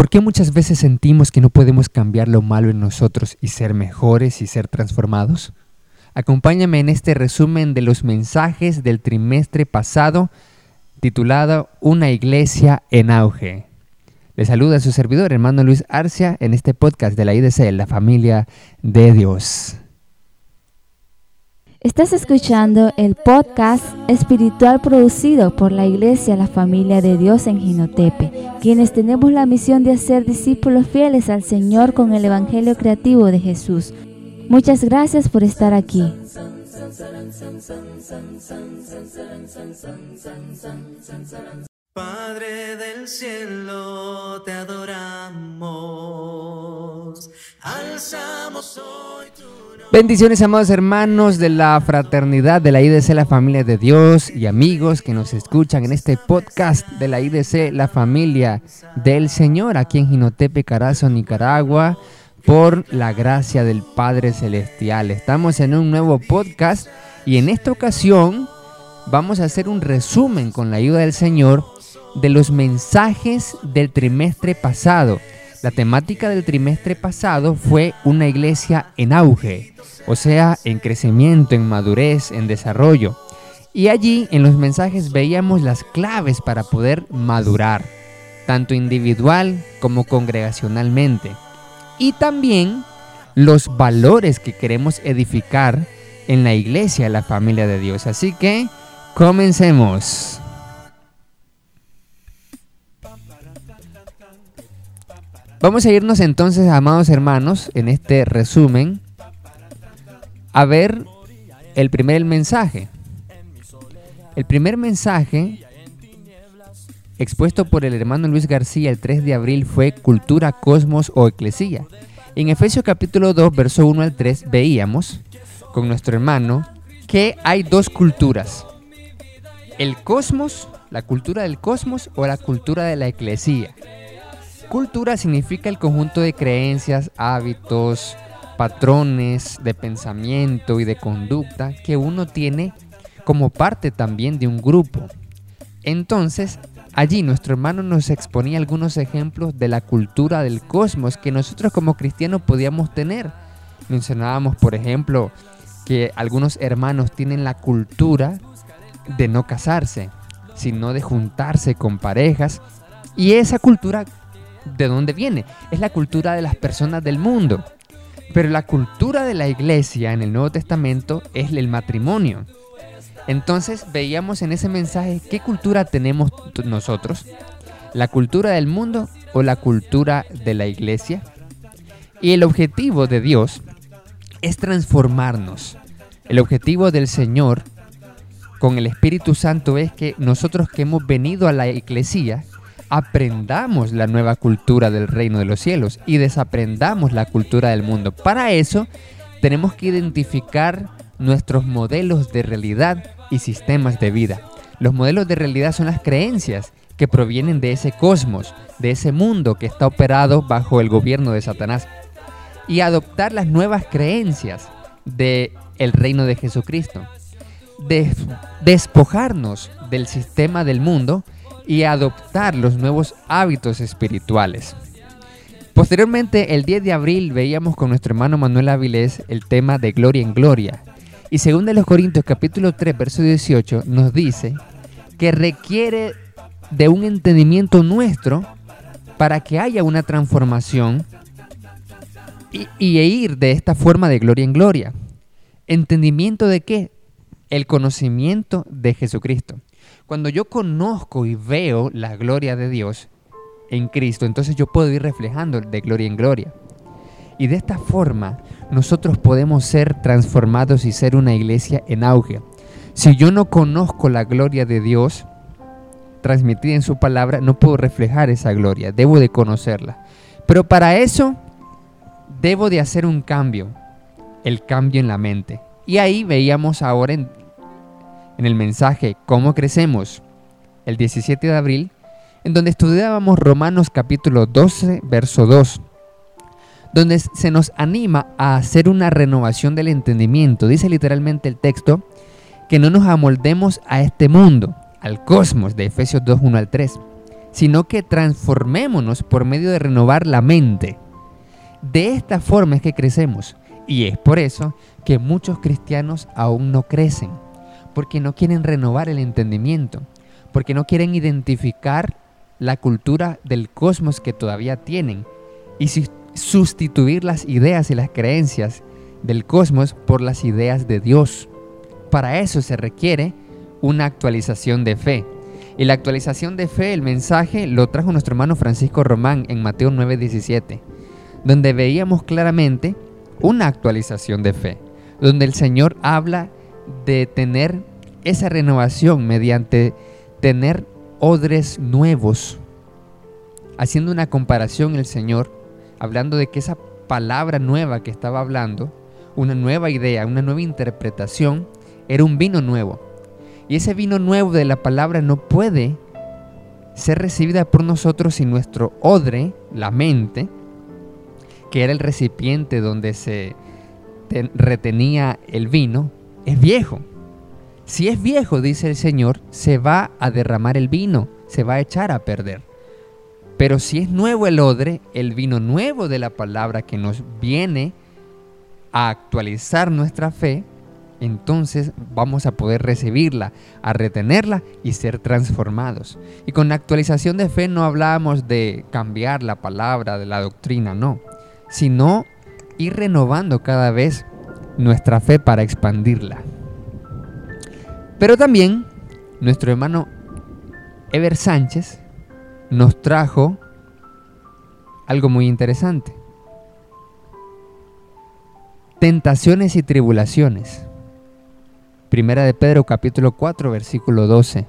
¿Por qué muchas veces sentimos que no podemos cambiar lo malo en nosotros y ser mejores y ser transformados? Acompáñame en este resumen de los mensajes del trimestre pasado, titulado Una iglesia en auge. Le saluda a su servidor, hermano Luis Arcia, en este podcast de la IDC, la familia de Dios. Estás escuchando el podcast espiritual producido por la Iglesia La Familia de Dios en Jinotepe, quienes tenemos la misión de hacer discípulos fieles al Señor con el Evangelio creativo de Jesús. Muchas gracias por estar aquí. Padre del cielo, te adoramos, alzamos hoy tu nombre. Bendiciones, amados hermanos de la fraternidad de la IDC, la familia de Dios, y amigos que nos escuchan en este podcast de la IDC, la familia del Señor, aquí en Jinotepe, Carazo, Nicaragua, por la gracia del Padre Celestial. Estamos en un nuevo podcast y en esta ocasión vamos a hacer un resumen con la ayuda del Señor de los mensajes del trimestre pasado. La temática del trimestre pasado fue una iglesia en auge, o sea, en crecimiento, en madurez, en desarrollo. Y allí en los mensajes veíamos las claves para poder madurar, tanto individual como congregacionalmente. Y también los valores que queremos edificar en la iglesia, la familia de Dios. Así que comencemos. Vamos a irnos entonces, amados hermanos, en este resumen, a ver el primer mensaje. El primer mensaje, expuesto por el hermano Luis García el 3 de abril, fue Cultura, Cosmos o Eclesía. En Efesios capítulo 2, verso 1 al 3, veíamos con nuestro hermano que hay dos culturas. El cosmos, la cultura del cosmos o la cultura de la eclesía. Cultura significa el conjunto de creencias, hábitos, patrones de pensamiento y de conducta que uno tiene como parte también de un grupo. Entonces, allí nuestro hermano nos exponía algunos ejemplos de la cultura del cosmos que nosotros como cristianos podíamos tener. Mencionábamos, por ejemplo, que algunos hermanos tienen la cultura de no casarse, sino de juntarse con parejas. Y esa cultura, ¿de dónde viene? Es la cultura de las personas del mundo. Pero la cultura de la iglesia en el Nuevo Testamento es el matrimonio. Entonces veíamos en ese mensaje qué cultura tenemos nosotros, la cultura del mundo o la cultura de la iglesia. Y el objetivo de Dios es transformarnos. El objetivo del Señor con el Espíritu Santo es que nosotros que hemos venido a la iglesia aprendamos la nueva cultura del reino de los cielos y desaprendamos la cultura del mundo. Para eso tenemos que identificar nuestros modelos de realidad y sistemas de vida. Los modelos de realidad son las creencias que provienen de ese cosmos, de ese mundo que está operado bajo el gobierno de Satanás. Y adoptar las nuevas creencias del reino de Jesucristo. Despojarnos del sistema del mundo y adoptar los nuevos hábitos espirituales. Posteriormente, el 10 de abril, veíamos con nuestro hermano Manuel Avilés el tema de gloria en gloria. Y según de los Corintios capítulo 3, verso 18, nos dice que requiere de un entendimiento nuestro para que haya una transformación y ir de esta forma de gloria en gloria. ¿Entendimiento de qué? El conocimiento de Jesucristo. Cuando yo conozco y veo la gloria de Dios en Cristo, entonces yo puedo ir reflejando de gloria en gloria. Y de esta forma nosotros podemos ser transformados y ser una iglesia en auge. Si yo no conozco la gloria de Dios transmitida en su palabra, no puedo reflejar esa gloria, debo de conocerla. Pero para eso debo de hacer un cambio, el cambio en la mente. Y ahí veíamos ahora en el mensaje ¿Cómo crecemos? El 17 de abril, en donde estudiábamos Romanos capítulo 12, verso 2, donde se nos anima a hacer una renovación del entendimiento. Dice literalmente el texto que no nos amoldemos a este mundo, al cosmos, de Efesios 2, 1 al 3, sino que transformémonos por medio de renovar la mente. De esta forma es que crecemos, y es por eso que muchos cristianos aún no crecen, porque no quieren renovar el entendimiento, porque no quieren identificar la cultura del cosmos que todavía tienen y sustituir las ideas y las creencias del cosmos por las ideas de Dios. Para eso se requiere una actualización de fe. Y la actualización de fe, el mensaje, lo trajo nuestro hermano Francisco Román en Mateo 9:17, donde veíamos claramente una actualización de fe, donde el Señor habla de tener esa renovación mediante tener odres nuevos. Haciendo una comparación el Señor, hablando de que esa palabra nueva que estaba hablando, una nueva idea, una nueva interpretación, era un vino nuevo. Y ese vino nuevo de la palabra no puede ser recibida por nosotros si nuestro odre, la mente, que era el recipiente donde se retenía el vino, es viejo. Si es viejo, dice el Señor, se va a derramar el vino, se va a echar a perder. Pero si es nuevo el odre, el vino nuevo de la palabra que nos viene a actualizar nuestra fe, entonces vamos a poder recibirla, a retenerla y ser transformados. Y con la actualización de fe no hablábamos de cambiar la palabra de la doctrina, no, sino ir renovando cada vez nuestra fe para expandirla. Pero también nuestro hermano Ever Sánchez nos trajo algo muy interesante. Tentaciones y tribulaciones. Primera de Pedro capítulo 4 versículo 12.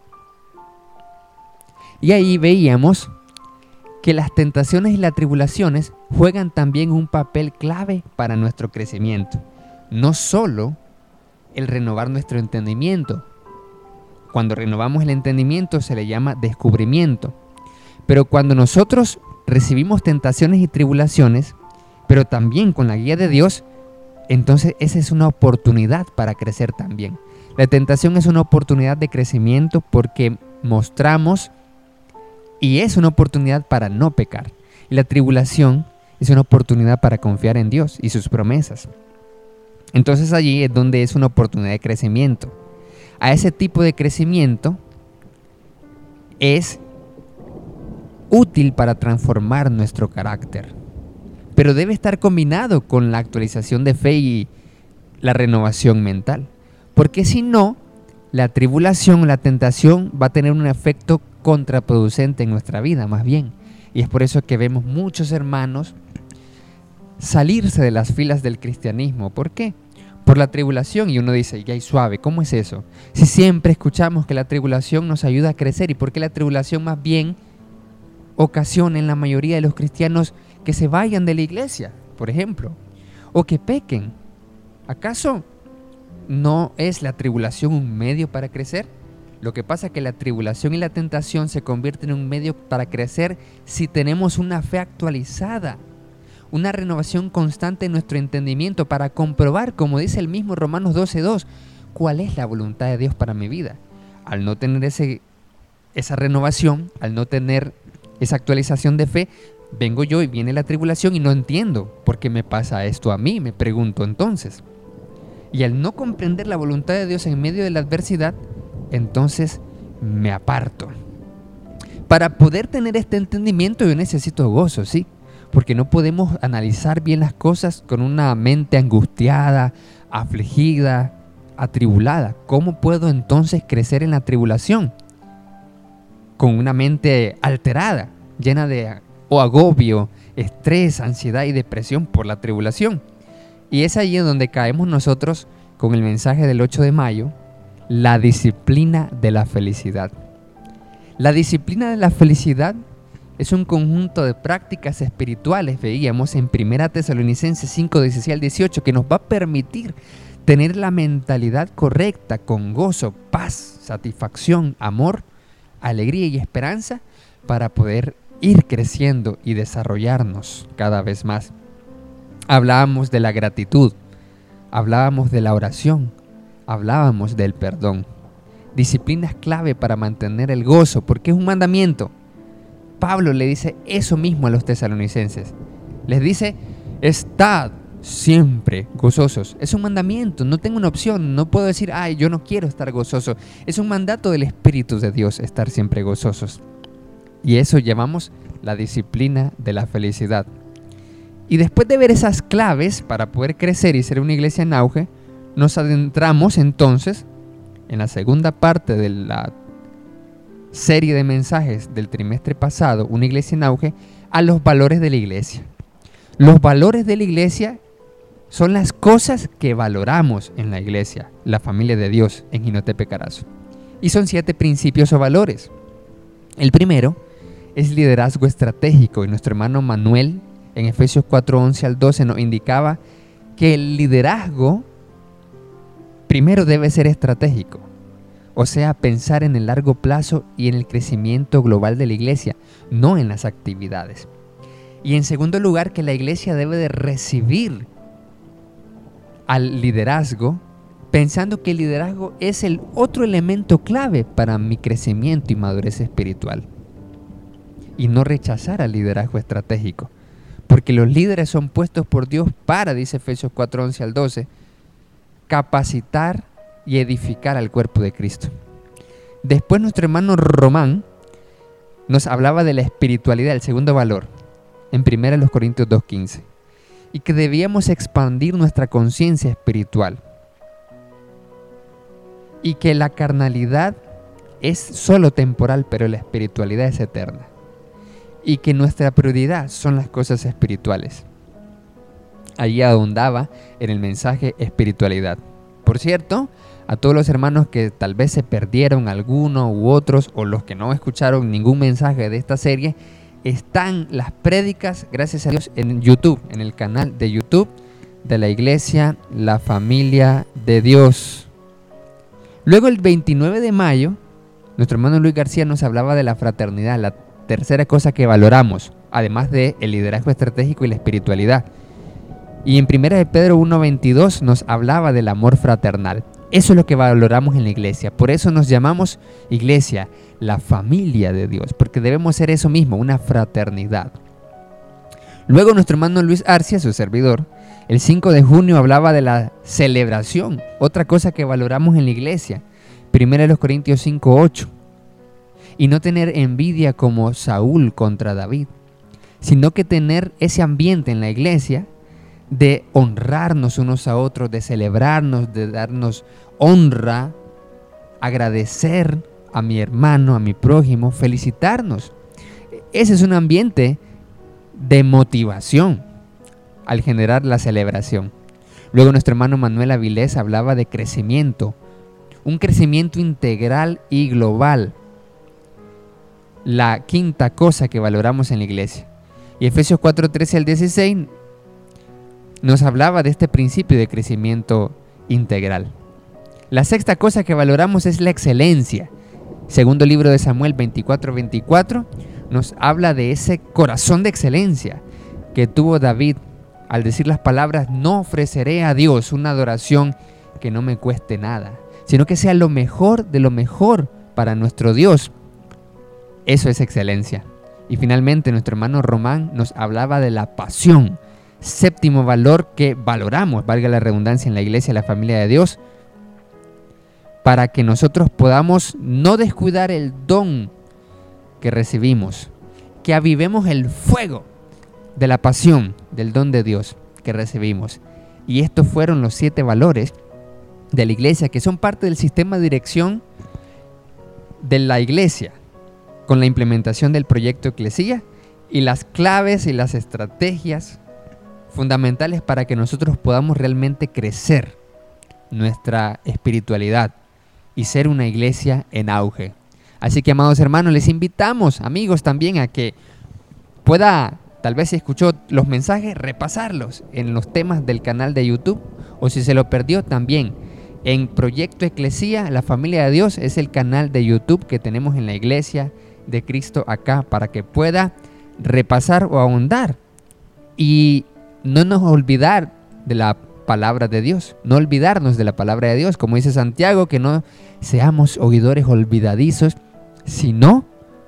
Y ahí veíamos que las tentaciones y las tribulaciones juegan también un papel clave para nuestro crecimiento. No solo el renovar nuestro entendimiento. Cuando renovamos el entendimiento se le llama descubrimiento. Pero cuando nosotros recibimos tentaciones y tribulaciones, pero también con la guía de Dios, entonces esa es una oportunidad para crecer también. La tentación es una oportunidad de crecimiento porque mostramos y es una oportunidad para no pecar. Y la tribulación es una oportunidad para confiar en Dios y sus promesas. Entonces allí es donde es una oportunidad de crecimiento. A ese tipo de crecimiento es útil para transformar nuestro carácter, pero debe estar combinado con la actualización de fe y la renovación mental, porque si no, la tribulación, la tentación va a tener un efecto contraproducente en nuestra vida, más bien. Y es por eso que vemos muchos hermanos salirse de las filas del cristianismo. ¿Por qué? Por la tribulación. Y uno dice, ya y suave, ¿cómo es eso? Si siempre escuchamos que la tribulación nos ayuda a crecer, ¿y por qué la tribulación más bien ocasiona en la mayoría de los cristianos que se vayan de la iglesia, por ejemplo, o que pequen? ¿Acaso no es la tribulación un medio para crecer? Lo que pasa es que la tribulación y la tentación se convierten en un medio para crecer si tenemos una fe actualizada, una renovación constante en nuestro entendimiento para comprobar, como dice el mismo Romanos 12:2, cuál es la voluntad de Dios para mi vida. Al no tener esa renovación, al no tener esa actualización de fe, vengo yo y viene la tribulación y no entiendo por qué me pasa esto a mí, me pregunto entonces. Y al no comprender la voluntad de Dios en medio de la adversidad, entonces me aparto. Para poder tener este entendimiento yo necesito gozo, ¿sí? Porque no podemos analizar bien las cosas con una mente angustiada, afligida, atribulada. ¿Cómo puedo entonces crecer en la tribulación? Con una mente alterada, llena de agobio, estrés, ansiedad y depresión por la tribulación. Y es ahí donde caemos nosotros con el mensaje del 8 de mayo, la disciplina de la felicidad. La disciplina de la felicidad es un conjunto de prácticas espirituales, veíamos en 1 Tesalonicenses 5, 16 al 18, que nos va a permitir tener la mentalidad correcta con gozo, paz, satisfacción, amor, alegría y esperanza para poder ir creciendo y desarrollarnos cada vez más. Hablábamos de la gratitud, hablábamos de la oración, hablábamos del perdón. Disciplinas clave para mantener el gozo, porque es un mandamiento. Pablo le dice eso mismo a los tesalonicenses. Les dice, estad siempre gozosos. Es un mandamiento, no tengo una opción, no puedo decir, ay, yo no quiero estar gozoso. Es un mandato del Espíritu de Dios estar siempre gozosos. Y eso llamamos la disciplina de la felicidad. Y después de ver esas claves para poder crecer y ser una iglesia en auge, nos adentramos entonces en la segunda parte de la serie de mensajes del trimestre pasado, Una iglesia en auge, a los valores de la iglesia. Los valores de la iglesia son las cosas que valoramos en la iglesia, la familia de Dios en Jinotepe Carazo. Y son 7 principios o valores. El primero es liderazgo estratégico, y nuestro hermano Manuel en Efesios 4:11 al 12 nos indicaba que el liderazgo primero debe ser estratégico, o sea, pensar en el largo plazo y en el crecimiento global de la iglesia, no en las actividades. Y en segundo lugar, que la iglesia debe de recibir al liderazgo, pensando que el liderazgo es el otro elemento clave para mi crecimiento y madurez espiritual. Y no rechazar al liderazgo estratégico, porque los líderes son puestos por Dios para, dice Efesios 4:11 al 12, capacitar y edificar al cuerpo de Cristo. Después nuestro hermano Román nos hablaba de la espiritualidad, el segundo valor, en 1 Corintios 2:15, y que debíamos expandir nuestra conciencia espiritual, y que la carnalidad es solo temporal, pero la espiritualidad es eterna, y que nuestra prioridad son las cosas espirituales. Allí ahondaba en el mensaje espiritualidad. Por cierto, a todos los hermanos que tal vez se perdieron alguno u otros, o los que no escucharon ningún mensaje de esta serie, están las prédicas, gracias a Dios, en YouTube, en el canal de YouTube de la iglesia La Familia de Dios. Luego el 29 de mayo, nuestro hermano Luis García nos hablaba de la fraternidad, la tercera cosa que valoramos, además del liderazgo estratégico y la espiritualidad. Y en 1 de Pedro 1:22 nos hablaba del amor fraternal. Eso es lo que valoramos en la iglesia. Por eso nos llamamos iglesia, la familia de Dios, porque debemos ser eso mismo, una fraternidad. Luego nuestro hermano Luis Arcia, su servidor, el 5 de junio hablaba de la celebración, otra cosa que valoramos en la iglesia. 1 Corintios 5:8. Y no tener envidia como Saúl contra David, sino que tener ese ambiente en la iglesia de honrarnos unos a otros, de celebrarnos, de darnos honra, agradecer a mi hermano, a mi prójimo, felicitarnos. Ese es un ambiente de motivación al generar la celebración. Luego nuestro hermano Manuel Avilés hablaba de crecimiento, un crecimiento integral y global, la quinta cosa que valoramos en la iglesia. Y Efesios 4:13 al 16 nos hablaba de este principio de crecimiento integral. La sexta cosa que valoramos es la excelencia. Segundo libro de Samuel 24:24 nos habla de ese corazón de excelencia que tuvo David al decir las palabras: no ofreceré a Dios una adoración que no me cueste nada, sino que sea lo mejor de lo mejor para nuestro Dios. Eso es excelencia. Y finalmente nuestro hermano Román nos hablaba de la pasión, séptimo valor que valoramos, valga la redundancia, en la iglesia, la familia de Dios, para que nosotros podamos no descuidar el don que recibimos, que avivemos el fuego de la pasión del don de Dios que recibimos. Y estos fueron los 7 valores de la iglesia, que son parte del sistema de dirección de la iglesia, con la implementación del proyecto Eclesia y las claves y las estrategias fundamentales para que nosotros podamos realmente crecer nuestra espiritualidad y ser una iglesia en auge. Así que, amados hermanos, les invitamos, amigos, también a que pueda, tal vez si escuchó los mensajes, repasarlos en los temas del canal de YouTube, o si se lo perdió también en Proyecto Eclesia, la familia de Dios, es el canal de YouTube que tenemos en la iglesia de Cristo acá, para que pueda repasar o ahondar y no nos olvidar de la palabra de Dios, no olvidarnos de la palabra de Dios, como dice Santiago, que no seamos oidores olvidadizos, sino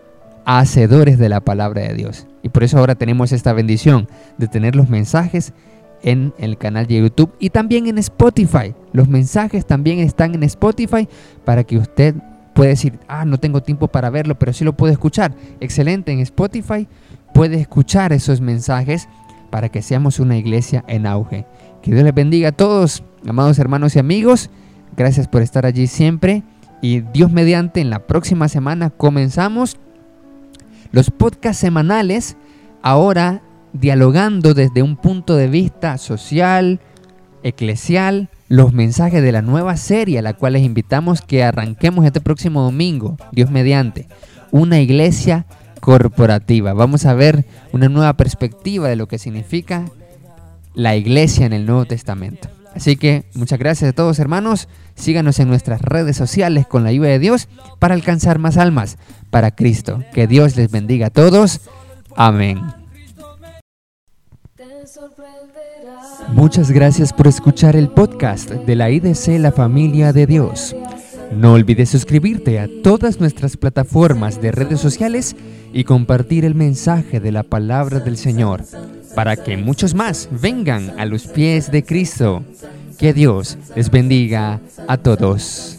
hacedores de la palabra de Dios. Y por eso ahora tenemos esta bendición de tener los mensajes en el canal de YouTube y también en Spotify. Los mensajes también están en Spotify para que usted pueda decir, no tengo tiempo para verlo, pero sí lo puedo escuchar. Excelente, en Spotify puede escuchar esos mensajes para que seamos una iglesia en auge. Que Dios les bendiga a todos, amados hermanos y amigos. Gracias por estar allí siempre. Y Dios mediante, en la próxima semana comenzamos los podcasts semanales, ahora dialogando desde un punto de vista social, eclesial, los mensajes de la nueva serie a la cual les invitamos que arranquemos este próximo domingo, Dios mediante, una iglesia corporativa. Vamos a ver una nueva perspectiva de lo que significa la iglesia en el Nuevo Testamento. Así que muchas gracias a todos, hermanos. Síganos en nuestras redes sociales con la ayuda de Dios para alcanzar más almas para Cristo. Que Dios les bendiga a todos. Amén. Muchas gracias por escuchar el podcast de la IDC La Familia de Dios. No olvides suscribirte a todas nuestras plataformas de redes sociales y compartir el mensaje de la palabra del Señor, para que muchos más vengan a los pies de Cristo. Que Dios les bendiga a todos.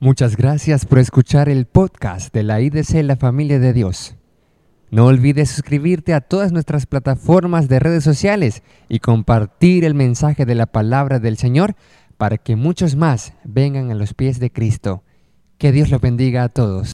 Muchas gracias por escuchar el podcast de la IDC La Familia de Dios. No olvides suscribirte a todas nuestras plataformas de redes sociales y compartir el mensaje de la palabra del Señor para que muchos más vengan a los pies de Cristo. Que Dios los bendiga a todos.